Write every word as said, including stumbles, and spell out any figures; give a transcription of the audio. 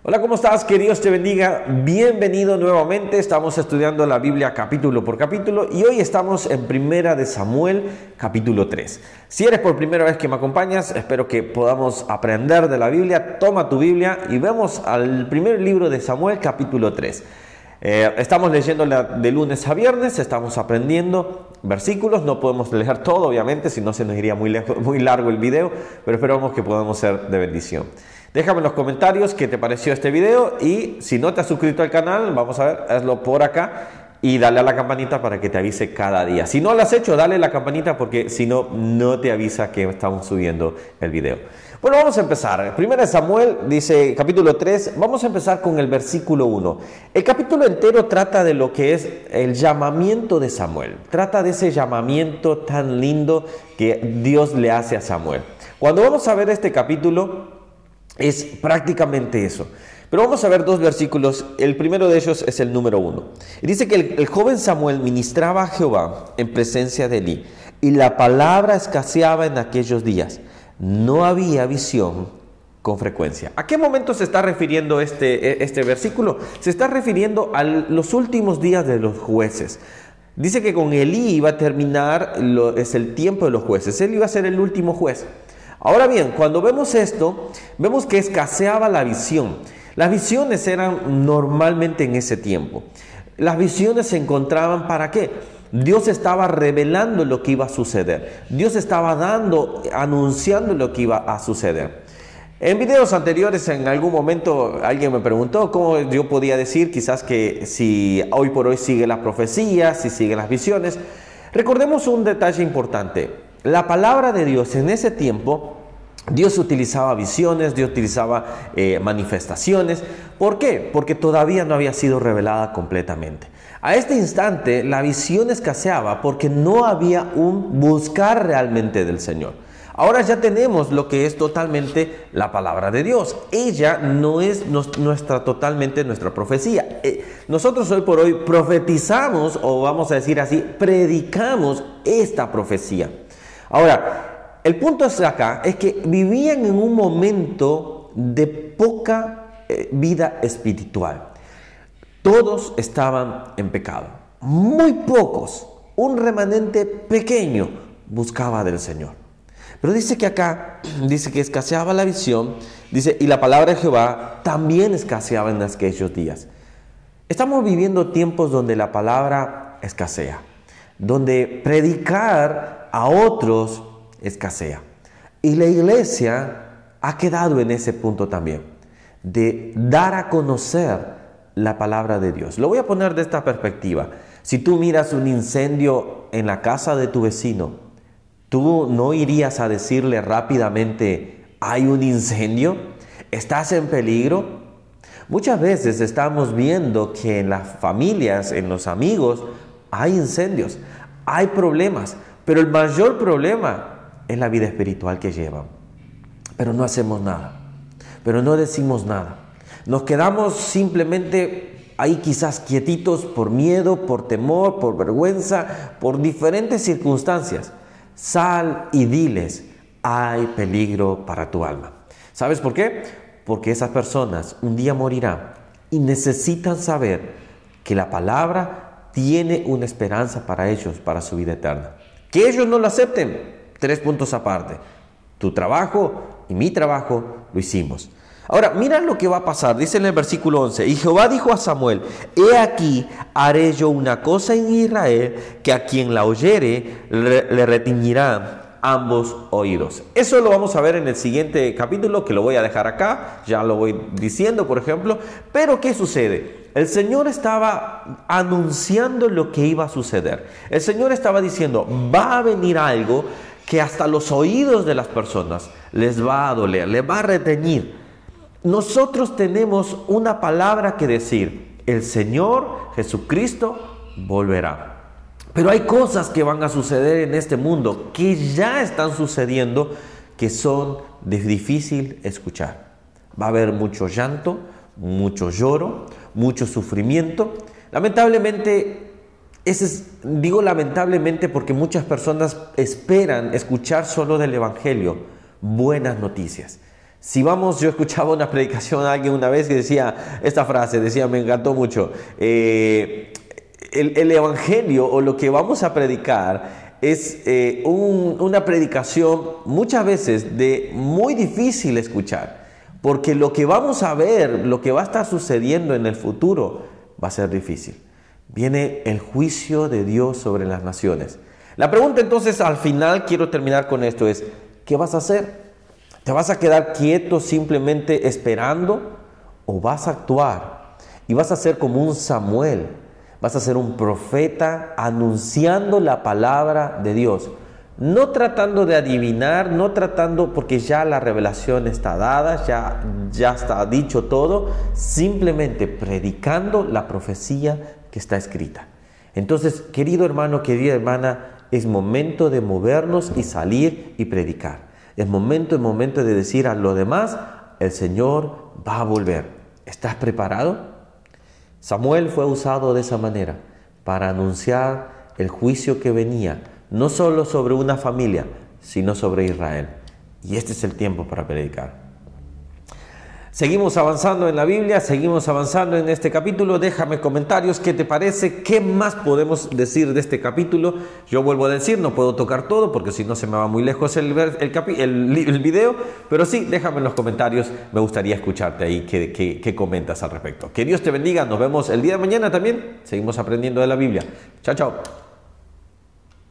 Hola, ¿cómo estás? Que Dios te bendiga. Bienvenido nuevamente. Estamos estudiando la Biblia capítulo por capítulo y hoy estamos en Primera de Samuel, capítulo tres. Si eres por primera vez que me acompañas, espero que podamos aprender de la Biblia. Toma tu Biblia y vemos al primer libro de Samuel, capítulo tres. Eh, estamos leyendo de lunes a viernes, estamos aprendiendo versículos. No podemos leer todo, obviamente, si no se nos iría muy, lejos, muy largo el video, pero esperamos que podamos ser de bendición. Déjame en los comentarios qué te pareció este video y si no te has suscrito al canal, vamos a ver, hazlo por acá y dale a la campanita para que te avise cada día. Si no lo has hecho, dale a la campanita porque si no, no te avisa que estamos subiendo el video. Bueno, vamos a empezar. Primera de Samuel, dice capítulo tres, vamos a empezar con el versículo uno. El capítulo entero trata de lo que es el llamamiento de Samuel. Trata de ese llamamiento tan lindo que Dios le hace a Samuel. Cuando vamos a ver este capítulo, es prácticamente eso. Pero vamos a ver dos versículos. El primero de ellos es el número uno. Y dice que el, el joven Samuel ministraba a Jehová en presencia de Elí, y la palabra escaseaba en aquellos días. No había visión con frecuencia. ¿A qué momento se está refiriendo este, este versículo? Se está refiriendo a los últimos días de los jueces. Dice que con Elí iba a terminar, lo, es el tiempo de los jueces. Él iba a ser el último juez. Ahora bien, cuando vemos esto, vemos que escaseaba la visión. Las visiones eran normalmente en ese tiempo. Las visiones se encontraban ¿para qué? Dios estaba revelando lo que iba a suceder. Dios estaba dando, anunciando lo que iba a suceder. En videos anteriores, en algún momento, alguien me preguntó cómo yo podía decir quizás que si hoy por hoy sigue las profecías, si siguen las visiones. Recordemos un detalle importante. La palabra de Dios en ese tiempo, Dios utilizaba visiones, Dios utilizaba eh, manifestaciones. ¿Por qué? Porque todavía no había sido revelada completamente. A este instante la visión escaseaba porque no había un buscar realmente del Señor. Ahora ya tenemos lo que es totalmente la palabra de Dios. Ella no es nuestra totalmente nuestra profecía. Eh, nosotros hoy por hoy profetizamos, o vamos a decir así, predicamos esta profecía. Ahora, el punto es acá, es que vivían en un momento de poca eh, vida espiritual. Todos estaban en pecado. Muy pocos, un remanente pequeño, buscaba del Señor. Pero dice que acá, dice que escaseaba la visión, dice, y la palabra de Jehová también escaseaba en aquellos días. Estamos viviendo tiempos donde la palabra escasea, donde predicar a otros escasea. Y la iglesia ha quedado en ese punto también, de dar a conocer la palabra de Dios. Lo voy a poner de esta perspectiva. Si tú miras un incendio en la casa de tu vecino, ¿tú no irías a decirle rápidamente, hay un incendio? ¿Estás en peligro? Muchas veces estamos viendo que en las familias, en los amigos, hay incendios, hay problemas, pero el mayor problema es la vida espiritual que llevan. Pero no hacemos nada, pero no decimos nada. Nos quedamos simplemente ahí quizás quietitos por miedo, por temor, por vergüenza, por diferentes circunstancias. Sal y diles, hay peligro para tu alma. ¿Sabes por qué? Porque esas personas un día morirán y necesitan saber que la palabra tiene una esperanza para ellos, para su vida eterna. Que ellos no lo acepten, tres puntos aparte. Tu trabajo y mi trabajo lo hicimos. Ahora, mira lo que va a pasar. Dice en el versículo once, y Jehová dijo a Samuel, he aquí, haré yo una cosa en Israel, que a quien la oyere le, le retiñirán ambos oídos. Eso lo vamos a ver en el siguiente capítulo, que lo voy a dejar acá, ya lo voy diciendo, por ejemplo. Pero, ¿qué sucede? El Señor estaba anunciando lo que iba a suceder. El Señor estaba diciendo, va a venir algo que hasta los oídos de las personas les va a doler, les va a reteñir. Nosotros tenemos una palabra que decir, el Señor Jesucristo volverá. Pero hay cosas que van a suceder en este mundo, que ya están sucediendo, que son de difícil escuchar. Va a haber mucho llanto, mucho lloro, mucho sufrimiento. Lamentablemente, ese es, digo lamentablemente porque muchas personas esperan escuchar solo del Evangelio buenas noticias. Si vamos, yo escuchaba una predicación a alguien una vez que decía esta frase, decía, me encantó mucho, eh, el, el evangelio o lo que vamos a predicar es eh, un, una predicación muchas veces de muy difícil escuchar, porque lo que vamos a ver, lo que va a estar sucediendo en el futuro va a ser difícil. Viene el juicio de Dios sobre las naciones. La pregunta entonces al final, quiero terminar con esto, es ¿qué vas a hacer? ¿Te vas a quedar quieto simplemente esperando o vas a actuar? Y vas a ser como un Samuel, vas a ser un profeta anunciando la palabra de Dios. No tratando de adivinar, no tratando, porque ya la revelación está dada, ya, ya está dicho todo, simplemente predicando la profecía que está escrita. Entonces, querido hermano, querida hermana, es momento de movernos y salir y predicar. Es momento, es momento de decir a los demás, el Señor va a volver. ¿Estás preparado? Samuel fue usado de esa manera para anunciar el juicio que venía, no solo sobre una familia, sino sobre Israel. Y este es el tiempo para predicar. Seguimos avanzando en la Biblia, seguimos avanzando en este capítulo. Déjame comentarios, ¿qué te parece? ¿Qué más podemos decir de este capítulo? Yo vuelvo a decir, no puedo tocar todo porque si no se me va muy lejos el, el, capi, el, el video, pero sí, déjame en los comentarios, me gustaría escucharte ahí, qué, qué, qué comentas al respecto. Que Dios te bendiga, nos vemos el día de mañana también, seguimos aprendiendo de la Biblia. Chao, chao.